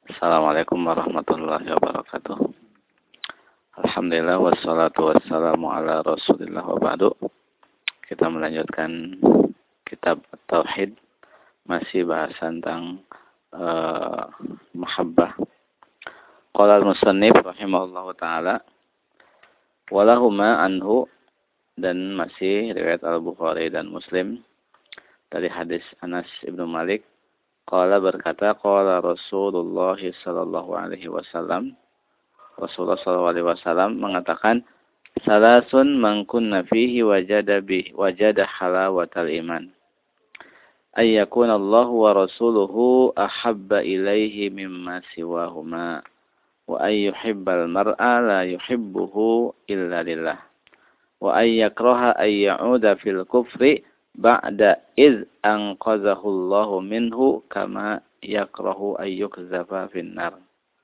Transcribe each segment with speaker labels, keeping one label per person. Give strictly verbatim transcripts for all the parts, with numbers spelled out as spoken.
Speaker 1: Assalamualaikum warahmatullahi wabarakatuh. Alhamdulillah wassalatu wassalamu ala Rasulillah wa ba'du. Kita melanjutkan kitab Tauhid, masih bahas tentang uh, mahabbah. Qala al-musannif rahimahullahu taala walahuma anhu, dan masih riwayat Al-Bukhari dan Muslim dari hadis Anas ibnu Malik. Qala berkata, qala Rasulullah sallallahu alaihi wasallam, Rasulullah sallallahu alaihi wasallam mengatakan, salasun man kunna fihi wajada bih wajada halawatal iman. Ayyakuna Allah wa rasuluhu ahabba ilaihi mimma siwahuma, wa ayyuhibbal mar'a la yuhibbuhu illa lillah, wa ayyakraha ayyauda fil kufri ba'da iz anqadhahu Allahu minhu kama yakrahu ayyukzafa finnar.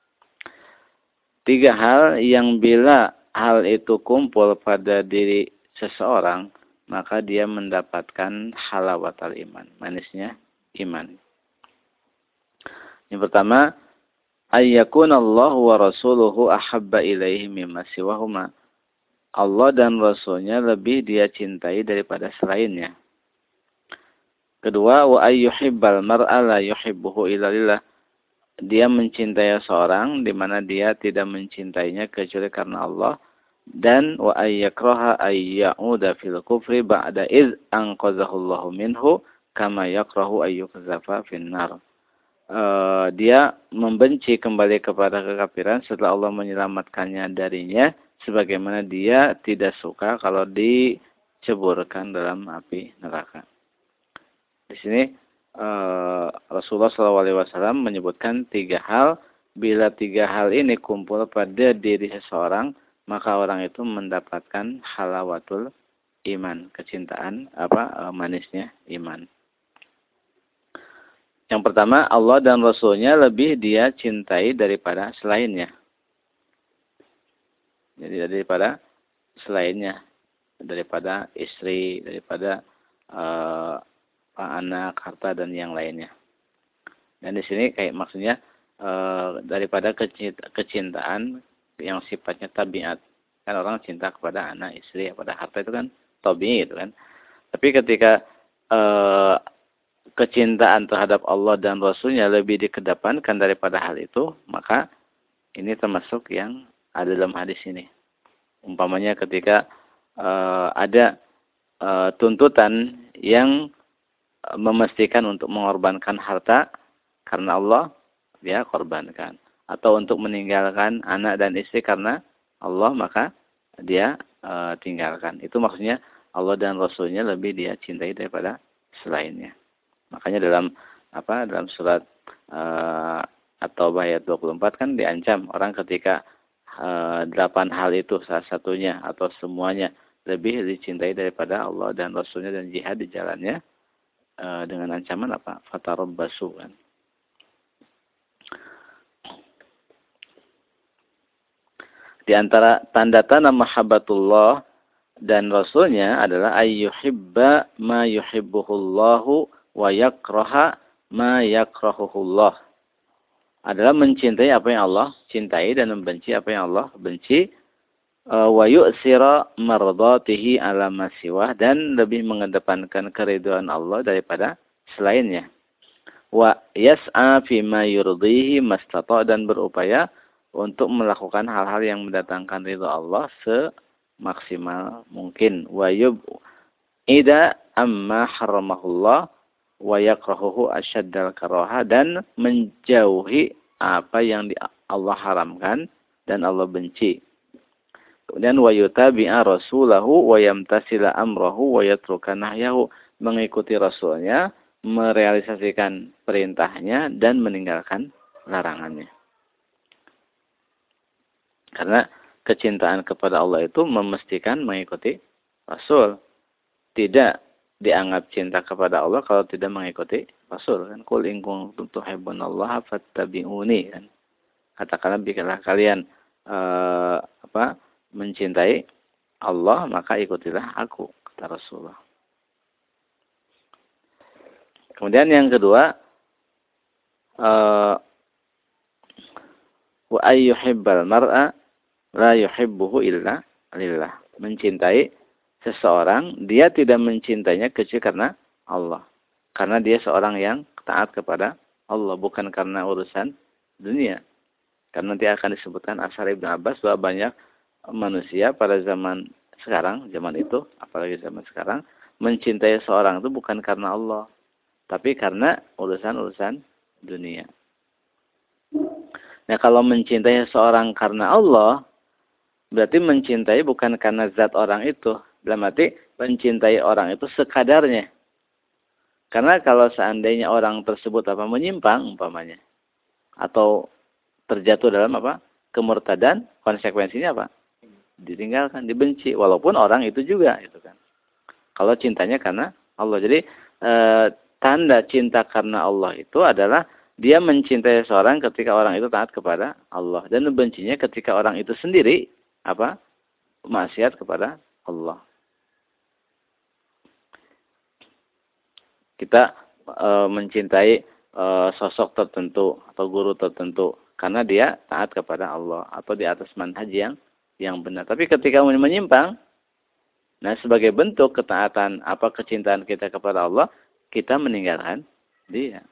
Speaker 1: Tiga hal yang bila hal itu kumpul pada diri seseorang, maka dia mendapatkan halawatal iman, manisnya iman. Yang pertama, ayyakuna Allah wa rasuluhu ahabba ilaihi mimma siwahuma. Allah dan Rasulnya lebih dia cintai daripada selainnya. Kedua, wa ayyuhibbal mar'a la yuhibbuhu illa lillah. Dia mencintai seorang di mana dia tidak mencintainya kecuali karena Allah. Dan wa ayyakraha ayyauda fil kufri ba'da iz anqadhahu Allahu minhu kama yakrahu ayyukzafa finnar. Uh, dia membenci kembali kepada kekafiran setelah Allah menyelamatkannya darinya, sebagaimana dia tidak suka kalau diceburkan dalam api neraka. Di sini uh, Rasulullah shallallahu alaihi wasallam menyebutkan tiga hal. Bila tiga hal ini kumpul pada diri seseorang, maka orang itu mendapatkan halawatul iman, kecintaan apa uh, manisnya iman. Yang pertama, Allah dan Rasulnya lebih dia cintai daripada selainnya. Jadi daripada selainnya, daripada istri, daripada uh, anak, harta dan yang lainnya. Dan di sini kayak maksudnya e, daripada kecintaan yang sifatnya tabiat. Kan orang cinta kepada anak, istri, kepada harta itu kan tabiat itu kan. Tapi ketika e, kecintaan terhadap Allah dan Rasulnya lebih dikedepankan daripada hal itu, maka ini termasuk yang ada dalam hadis ini. Umpamanya ketika e, ada e, tuntutan yang memastikan untuk mengorbankan harta karena Allah, dia korbankan. Atau untuk meninggalkan anak dan istri karena Allah, maka dia e, tinggalkan. Itu maksudnya Allah dan Rasulnya lebih dia cintai daripada selainnya. Makanya dalam apa dalam surat e, At-Taubah ayat dua puluh empat kan diancam orang ketika e, delapan hal itu salah satunya atau semuanya lebih dicintai daripada Allah dan Rasulnya dan jihad di jalannya, dengan ancaman apa? Fatarabbasu kan. Di antara tanda-tanda mahabbatullah dan Rasulnya adalah ayyuhibba ma yuhibbuhullahu wa yakraha ma yakrahuhullah. Adalah mencintai apa yang Allah cintai dan membenci apa yang Allah benci. Wa yu'sira mardatihi ala ma siwah, dan lebih mengedepankan keridhaan Allah daripada selainnya. Wa yas'a fi ma yurdihi mastata', dan berupaya untuk melakukan hal-hal yang mendatangkan ridha Allah semaksimal mungkin. Wa yub'ida amma haramahullah wa yakrahuhu asyaddal karaha, dan menjauhi apa yang Allah haramkan dan Allah benci. Kemudian wa yutabi'a rasulahu wa yamtasila amrahu wa yatruka nahyahu, mengikuti rasulnya, merealisasikan perintahnya dan meninggalkan larangannya. Karena kecintaan kepada Allah itu memastikan mengikuti rasul. Tidak dianggap cinta kepada Allah kalau tidak mengikuti rasul kan. Qul in kuntum tuhibbunallaha fattabi'uni kan. Katakanlah biarlah kalian uh, apa mencintai Allah, maka ikutilah aku, kata Rasulullah. Kemudian yang kedua, uh, wa ayyuhibbal mar'a la yuhibbuhu illa lillah. Mencintai seseorang, dia tidak mencintainya kecuali karena Allah. Karena dia seorang yang taat kepada Allah, bukan karena urusan dunia. Karena nanti akan disebutkan asar Ibnu Abbas bahwa banyak manusia pada zaman sekarang, zaman itu, apalagi zaman sekarang, mencintai seorang itu bukan karena Allah, tapi karena urusan-urusan dunia. Nah, kalau mencintai seorang karena Allah, berarti mencintai bukan karena zat orang itu. Dalam arti, mencintai orang itu sekadarnya. Karena kalau seandainya orang tersebut apa menyimpang, umpamanya, atau terjatuh dalam apa kemurtadan, konsekuensinya apa? Ditinggalkan, dibenci, walaupun orang itu juga, itu kan. Kalau cintanya karena Allah, jadi e, tanda cinta karena Allah itu adalah dia mencintai seorang ketika orang itu taat kepada Allah, dan membencinya ketika orang itu sendiri apa maksiat kepada Allah. Kita e, mencintai e, sosok tertentu atau guru tertentu karena dia taat kepada Allah atau di atas manhaj yang yang benar. Tapi ketika menyimpang, nah sebagai bentuk ketaatan apa kecintaan kita kepada Allah, kita meninggalkan dia.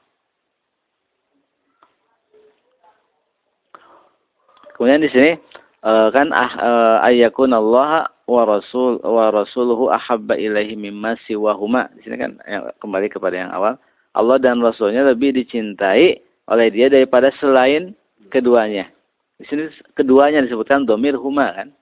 Speaker 1: Kemudian di sini kan ah, ayyakun Allah wa rasul wa rasuluhu ahabba ilaihi mimma siwahuma. Di sini kan yang kembali kepada yang awal, Allah dan Rasulnya lebih dicintai oleh dia daripada selain keduanya. Di sini keduanya disebutkan domir huma kan.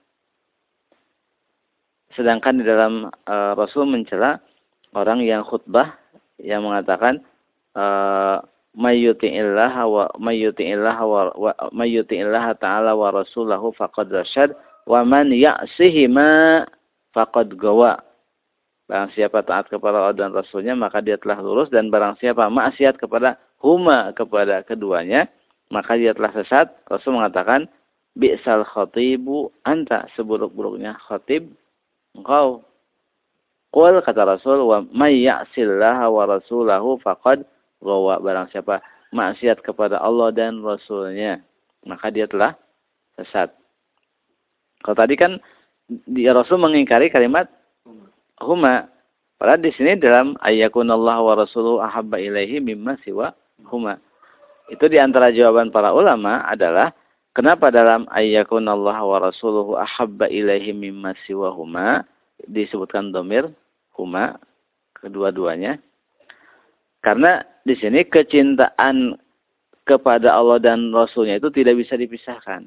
Speaker 1: Sedangkan di dalam e, Rasul mencela orang yang khutbah yang mengatakan mayyuti'illah wa mayyuti'illah wa mayyuti'illah ta'ala wa rasulahu faqad rasyad wa man ya'sihi ma faqad gawa. Barang siapa taat kepada Allah dan Rasulnya maka dia telah lurus, dan barang siapa maksiat kepada huma, kepada keduanya, maka dia telah sesat. Rasul mengatakan, bi'sal khatibu anta, seburuk-buruknya khatib engkau. Qul, kata Rasul, wa may ya'sillaha wa rasulahu faqad gawa. Barang siapa maksiat kepada Allah dan Rasulnya, maka dia telah sesat. Kalau tadi kan dia Rasul mengingkari kalimat huma. Padahal di sini dalam ayyakunallahu wa rasuluhu ahabba ilaihi mimma siwa huma. Itu di antara jawaban para ulama adalah kenapa dalam ayyakunallahu wa rasuluhu ahabba ilaihi mimma siwa huma disebutkan domir huma kedua-duanya. Karena di sini kecintaan kepada Allah dan Rasulnya itu tidak bisa dipisahkan.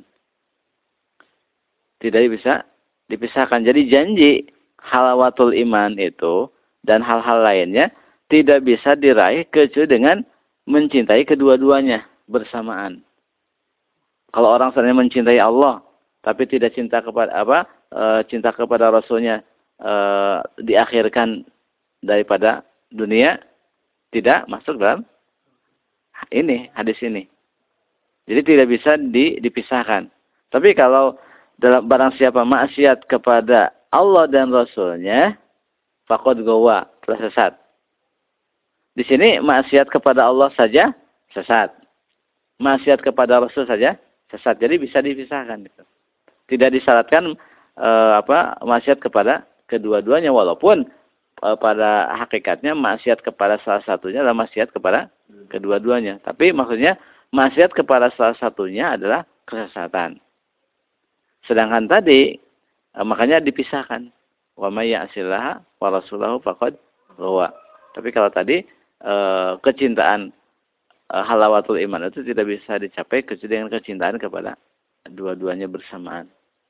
Speaker 1: Tidak bisa dipisahkan. Jadi janji halawatul iman itu dan hal-hal lainnya tidak bisa diraih kecuali dengan mencintai kedua-duanya bersamaan. Kalau orang sebenarnya mencintai Allah tapi tidak cinta kepada apa? E, cinta kepada Rasulnya e, diakhirkan daripada dunia, tidak masuk dalam ini hadis ini. Jadi tidak bisa di, dipisahkan. Tapi kalau dalam barang siapa maksiat kepada Allah dan Rasulnya, faqad gawa, telah sesat. Di sini maksiat kepada Allah saja sesat. Maksiat kepada Rasul saja sesat. Jadi bisa dipisahkan. Tidak disyaratkan e, apa maksiat kepada kedua-duanya, walaupun e, pada hakikatnya maksiat kepada salah satunya adalah maksiat kepada kedua-duanya. Tapi maksudnya maksiat kepada salah satunya adalah kesesatan. Sedangkan tadi makanya dipisahkan. Wa may ya'sillaha wa rasulahu faqad gawa. Tapi kalau tadi e, kecintaan e, halawatul iman itu tidak bisa dicapai kecuali dengan kecintaan kepada dua-duanya bersamaan.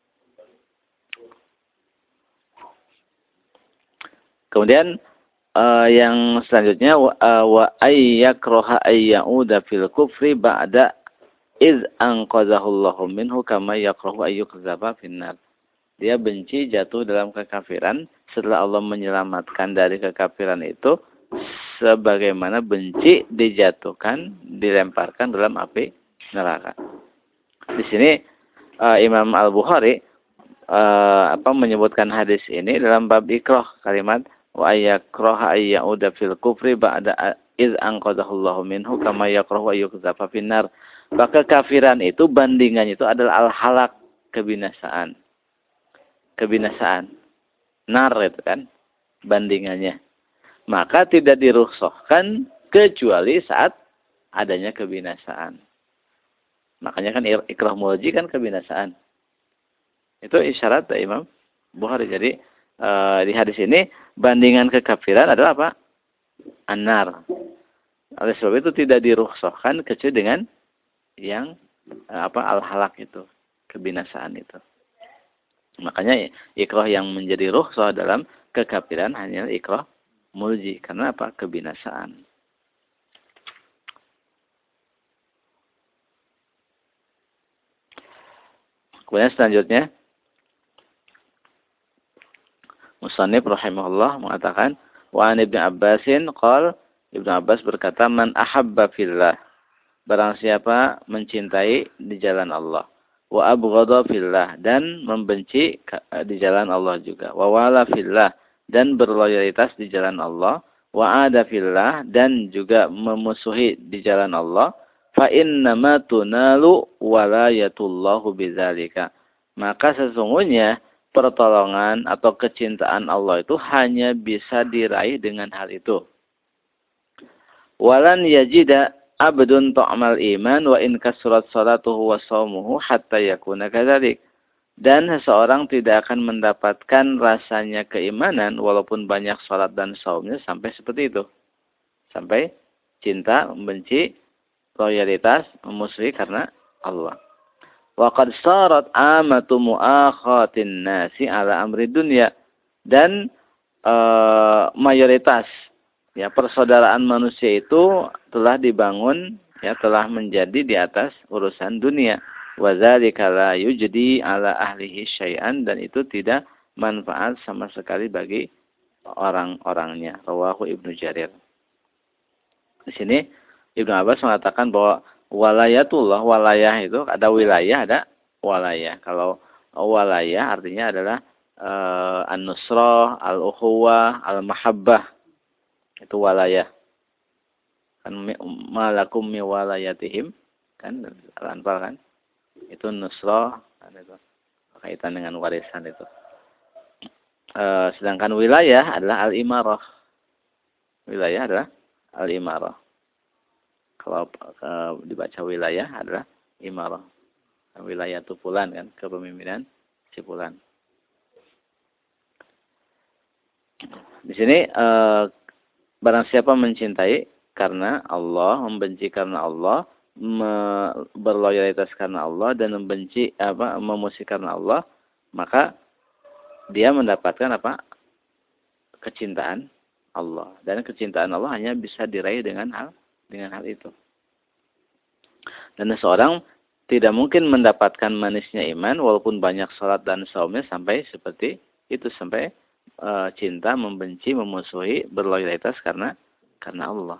Speaker 1: Kemudian e, yang selanjutnya wa ayyakraha ayyauda fil kufri ba'da iz anqadhahullahu minhu kama yakrahu ayyukzaba finnar. Dia benci jatuh dalam kekafiran setelah Allah menyelamatkan dari kekafiran itu, sebagaimana benci dijatuhkan, dilemparkan dalam api neraka. Di sini uh, Imam Al-Bukhari uh, apa menyebutkan hadis ini dalam bab ikrah, kalimat wa ayyakraha ayyauda fil kufri ba'da iz anqadhahullahu minhu kama yakrahu ayyukzaba finnar. Maka kekafiran itu bandingannya itu adalah al-halak, kebinasaan. Kebinasaan. Nar itu kan bandingannya. Maka tidak dirukhsahkan kecuali saat adanya kebinasaan. Makanya kan ikrah mulji kan kebinasaan. Itu isyarat dari Imam Bukhari. Jadi e, di hadis ini bandingan kekafiran adalah apa? An-nar. Oleh sebab itu tidak dirukhsahkan kecuali dengan yang e, apa al-halak itu, kebinasaan itu. Makanya ikrah yang menjadi rukhsah dalam kekafiran hanya ikrah mulji. Karena apa? Kebinasaan. Kemudian selanjutnya Musannif rahimahullah mengatakan wa an Ibnu Abbasin qala Ibnu Abbas berkata man ahabba fillah, barang siapa mencintai di jalan Allah, wa abghadha fillah, dan membenci di jalan Allah juga, wa wala fillah, dan berloyalitas di jalan Allah, wa ada fillah, dan juga memusuhi di jalan Allah, fa innama tunalu walayatullahu bidzalika, maka sesungguhnya pertolongan atau kecintaan Allah itu hanya bisa diraih dengan hal itu. Walan yajida abdun ta'mal iman wa in kasrat salatuhu wa shaumuhu hatta yakuna kadzalik. Dan seseorang tidak akan mendapatkan rasanya keimanan walaupun banyak salat dan saumnya sampai seperti itu. Sampai cinta, membenci, loyalitas, memusuhi karena Allah. Wa qad sarat amatu muakhatin nasi ala amri dunya, dan e, mayoritas ya persaudaraan manusia itu telah dibangun ya telah menjadi di atas urusan dunia. Wa dzalika la yujdi ala ahlihi syai'an, dan itu tidak manfaat sama sekali bagi orang-orangnya. Rawahu Ibnu Jarir. Di sini Ibnu Abbas mengatakan bahwa walayatullah, walayah itu ada wilayah, ada walayah. Kalau walayah artinya adalah e, an-nusrah, al-ukhuwah, al-mahabbah. Itu walayah. Kan malakum mi walayatihim, kan Al-Anfal kan? Itu nusrah, kan itu kaitan dengan warisan itu. E, sedangkan wilayah adalah al-imarah. Wilayah adalah al-imarah. Kalau e, dibaca wilayah adalah imarah. Wilayah itu fulan kan, kepemimpinan si fulan. Di sini e, barang siapa mencintai karena Allah, membenci karena Allah, me, berloyalitas karena Allah, dan membenci apa memusuhi karena Allah, maka dia mendapatkan apa? Kecintaan Allah. Dan kecintaan Allah hanya bisa diraih dengan hal dengan hal itu. Dan seseorang tidak mungkin mendapatkan manisnya iman walaupun banyak salat dan saumnya sampai seperti itu, sampai e, cinta, membenci, memusuhi, berloyalitas karena karena Allah.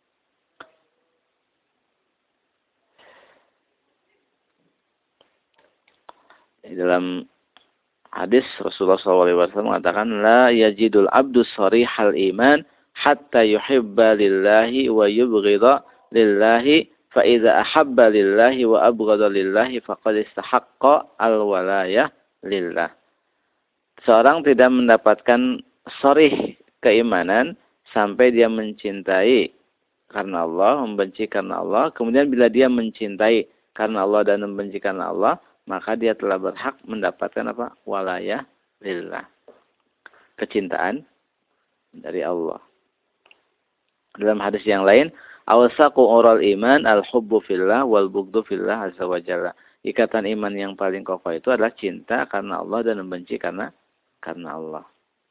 Speaker 1: Di dalam hadis Rasulullah shallallahu alaihi wasallam mengatakan la yajidul abdu sharihal iman hatta yuhibba lillahi wa yubghidha lillahi, fa idza ahabba lillahi wa abghadha lillahi faqad istahaqqa al-walayah lillah. Seorang tidak mendapatkan sharih keimanan sampai dia mencintai karena Allah, membenci karena Allah. Kemudian bila dia mencintai karena Allah dan membenci karena Allah, maka dia telah berhak mendapatkan apa? Walayah lillah. Kecintaan dari Allah. Dalam hadis yang lain, awsaqu ural iman al-hubbu fillah wal bughdu fillah azza wa jalla. Ikatan iman yang paling kokoh itu adalah cinta karena Allah dan membenci karena karena Allah.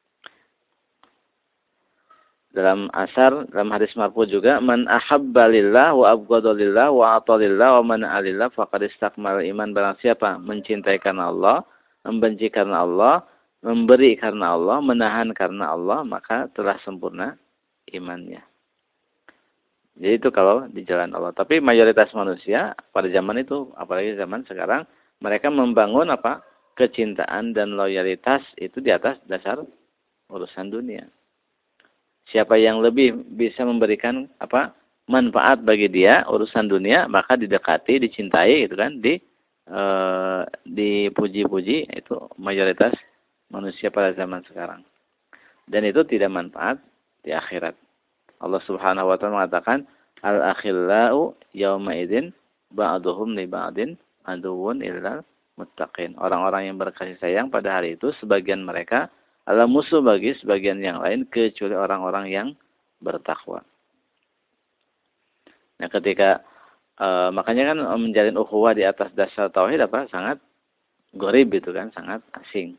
Speaker 1: Dalam asar, dalam hadis marfu juga, man ahabba lillah wa abghadha lillah wa ata lillah wa mana'a lillah faqad istakmal iman. Barang siapa mencintai karena Allah, membenci karena Allah, memberi karena Allah, menahan karena Allah, maka telah sempurna imannya. Jadi itu kalau di jalan Allah. Tapi mayoritas manusia pada zaman itu, apalagi zaman sekarang, mereka membangun apa? Kecintaan dan loyalitas itu di atas dasar urusan dunia. Siapa yang lebih bisa memberikan apa? manfaat bagi dia urusan dunia, maka didekati, dicintai gitu kan, di e, dipuji-puji. Itu mayoritas manusia pada zaman sekarang. Dan itu tidak manfaat di akhirat. Allah Subhanahu wa taala mengatakan, al-akhillau yauma idzin ba'duhum li ba'din aduwwun illal muttaqin. Orang-orang yang berkasih sayang pada hari itu sebagian mereka adalah musuh bagi sebagian yang lain kecuali orang-orang yang bertakwa. Nah, ketika e, makanya kan menjalin ukhuwah di atas dasar tauhid apa? Sangat gharib itu kan, sangat asing.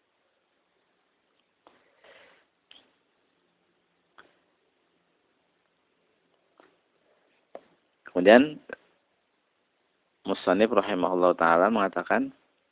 Speaker 1: Kemudian Musannif rahimahullah taala mengatakan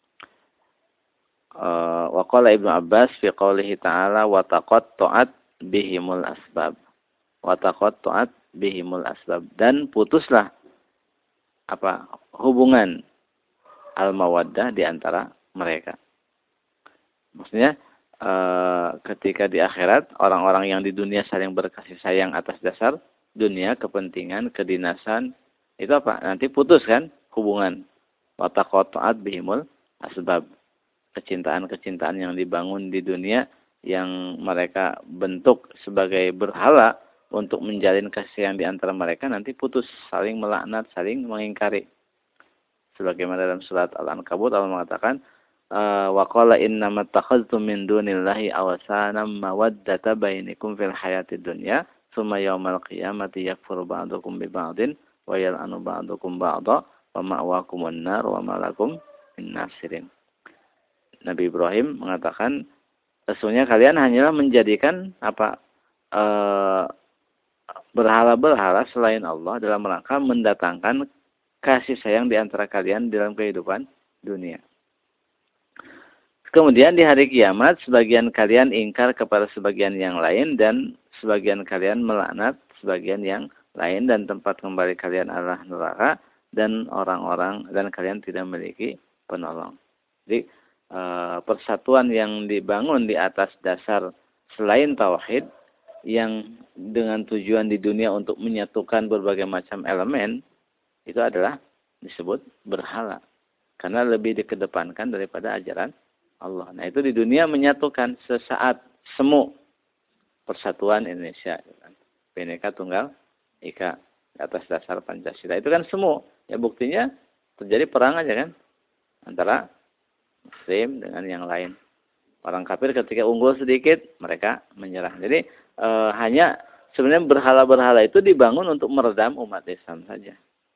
Speaker 1: uh, wa qala Ibnu Abbas fi qoulihi ta'ala wa taqatta'at bihimul asbab. Wa taqatta'at bihimul asbab, dan putuslah apa? Hubungan al-mawaddah di antara mereka. Maksudnya uh, ketika di akhirat orang-orang yang di dunia saling berkasih sayang atas dasar dunia, kepentingan, kedinasan, itu apa? Nanti putus kan hubungan. Wa taqatta'at bihimul asbab. Kecintaan-kecintaan yang dibangun di dunia yang mereka bentuk sebagai berhala untuk menjalin kasih sayang di antara mereka nanti putus, saling melaknat, saling mengingkari. Sebagaimana dalam surat Al-Ankabut Allah mengatakan, wa qala innamat takhaztum min dunillahi awsanan mawaddata bainakum fil hayatid dunya tsumma yaumal qiyamati yakfuru ba'dukum bi ba'din wa yal'anu ba'dukum ba'dha wa ma'wakumun nar wa ma lakum min nasirin. Nabi Ibrahim mengatakan, sesungguhnya kalian hanyalah menjadikan apa e, berhala-berhala selain Allah dalam rangka mendatangkan kasih sayang di antara kalian dalam kehidupan dunia. Kemudian di hari kiamat sebagian kalian ingkar kepada sebagian yang lain dan sebagian kalian melaknat sebagian yang lain, dan tempat kembali kalian adalah neraka dan orang-orang dan kalian tidak memiliki penolong. Jadi e, persatuan yang dibangun di atas dasar selain tauhid yang dengan tujuan di dunia untuk menyatukan berbagai macam elemen itu adalah disebut berhala karena lebih dikedepankan daripada ajaran Allah. Nah, itu di dunia menyatukan sesaat semu persatuan Indonesia, Bhinneka Tunggal Ika atas dasar Pancasila. Itu kan semu. Ya buktinya terjadi perang aja kan antara Muslim dengan yang lain. Orang kafir ketika unggul sedikit mereka menyerah. Jadi e, hanya sebenarnya berhala-berhala itu dibangun untuk meredam umat Islam saja.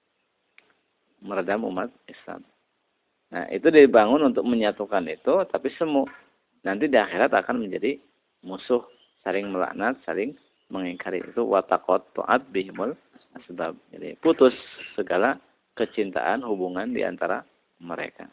Speaker 1: Meredam umat Islam. Nah, itu dibangun untuk menyatukan itu, tapi semu. Nanti di akhirat akan menjadi musuh, saling melaknat, saling mengingkari. Itu wataqatta'at bihimul asbab. Jadi putus segala kecintaan, hubungan di antara mereka.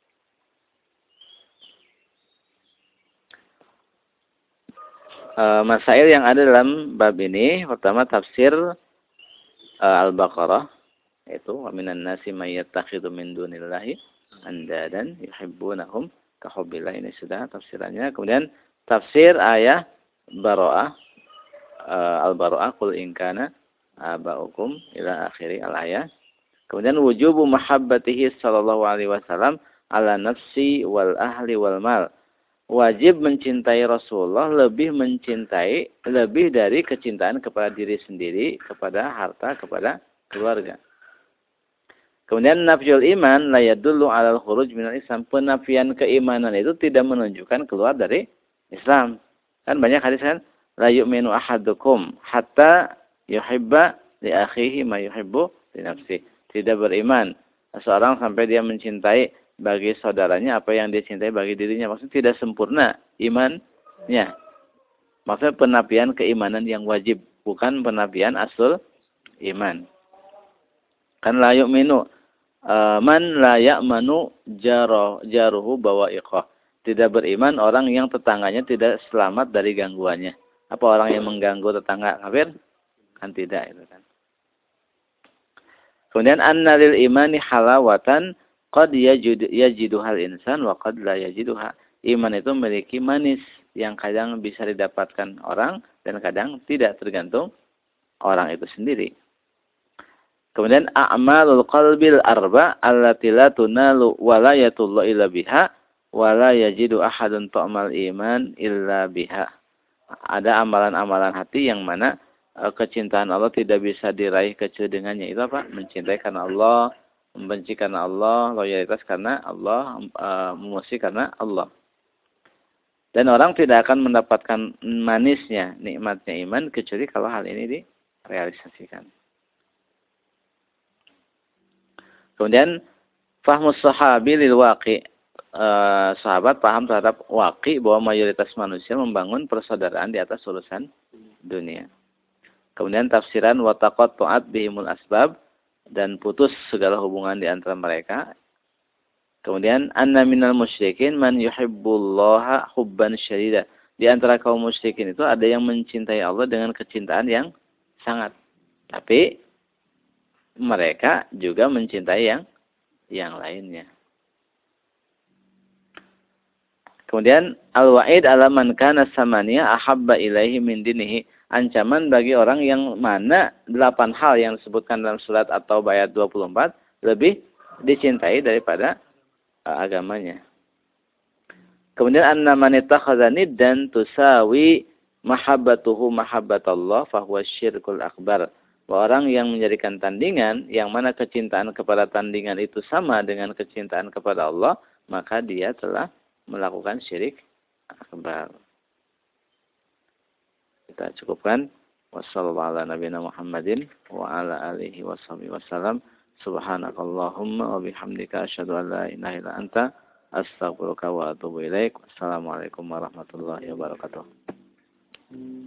Speaker 1: E, masail yang ada dalam bab ini, pertama tafsir e, Al-Baqarah, yaitu wa minan nasi may yattakhidhu min dunillahi andadan yuhibbunahum kahubbillah. Ini sudah tafsirannya. Kemudian tafsir ayat Bara'ah, uh, Al-Bara'ah, qul in kana aba'ukum ila akhiri al-ayat. Kemudian wujubu mahabbatihi sallallahu alaihi wasallam ala nafsi wal ahli wal mal. Wajib mencintai Rasulullah lebih mencintai lebih dari kecintaan kepada diri sendiri, kepada harta, kepada keluarga. Kemudian nafyul iman la yadullu 'alal khuruj minal Islam. Penafian keimanan itu tidak menunjukkan keluar dari Islam. Kan banyak hadis kan, la yu'minu ahadukum hatta yuhibba li akhihi ma yuhibbu li nafsihi. Tidak beriman seorang sampai dia mencintai bagi saudaranya apa yang dia cintai bagi dirinya. Maksudnya tidak sempurna imannya. Maksudnya penafian keimanan yang wajib, bukan penafian asul iman. Kan la yu'minu man la ya'manu jaruh, jaruhu bawa'iqah. Tidak beriman orang yang tetangganya tidak selamat dari gangguannya. Apa orang yang mengganggu tetangga kafir? Kan tidak itu kan. Kemudian anna lil imani halawatan qad yajid yajiduhal insan wa qad la yajiduha. Iman itu memiliki manis yang kadang bisa didapatkan orang dan kadang tidak, tergantung orang itu sendiri. Kemudian a'malul qalbil arba allati la tunalu walayatullah illa biha wa la yajidu ahadun ta'mal iman illa biha. Ada amalan-amalan hati yang mana e, kecintaan Allah tidak bisa diraih kecuali dengannya. Itu apa? Mencintai karena Allah, membenci karena Allah, loyalitas karena Allah, e, memuji karena Allah. Dan orang tidak akan mendapatkan manisnya, nikmatnya iman kecuali kalau hal ini direalisasikan. Kemudian fahmus sahabi lil waqi. Eh, sahabat paham terhadap waqi bahwa mayoritas manusia membangun persaudaraan di atas urusan dunia. Kemudian tafsiran wa taqatta'at bihimul asbab, dan putus segala hubungan di antara mereka. Kemudian anna minal musyrikin man yuhibbullaha hubban syadida. Di antara kaum musyrikin itu ada yang mencintai Allah dengan kecintaan yang sangat. Tapi mereka juga mencintai yang yang lainnya. Kemudian al-wa'id ala man kana samaniya ahabba ilaihi min dinihi. Ancaman bagi orang yang mana delapan hal yang disebutkan dalam surat atau ayat dua puluh empat lebih dicintai daripada uh, agamanya. Kemudian anna man ittakhadha niddan tusawi mahabbatuhu mahabbatallah fahuwa syirkul akbar. Orang yang menjadikan tandingan, yang mana kecintaan kepada tandingan itu sama dengan kecintaan kepada Allah, maka dia telah melakukan syirik akbar. Kita cukupkan. Wassalamualaikum warahmatullahi wabarakatuh. Wa ala alihi wasallam. Subhanakallahumma wa bihamdika asyhadu an la ilaha illa anta astaghfiruka wa atubu ilaik. Wassalamualaikum warahmatullahi wabarakatuh.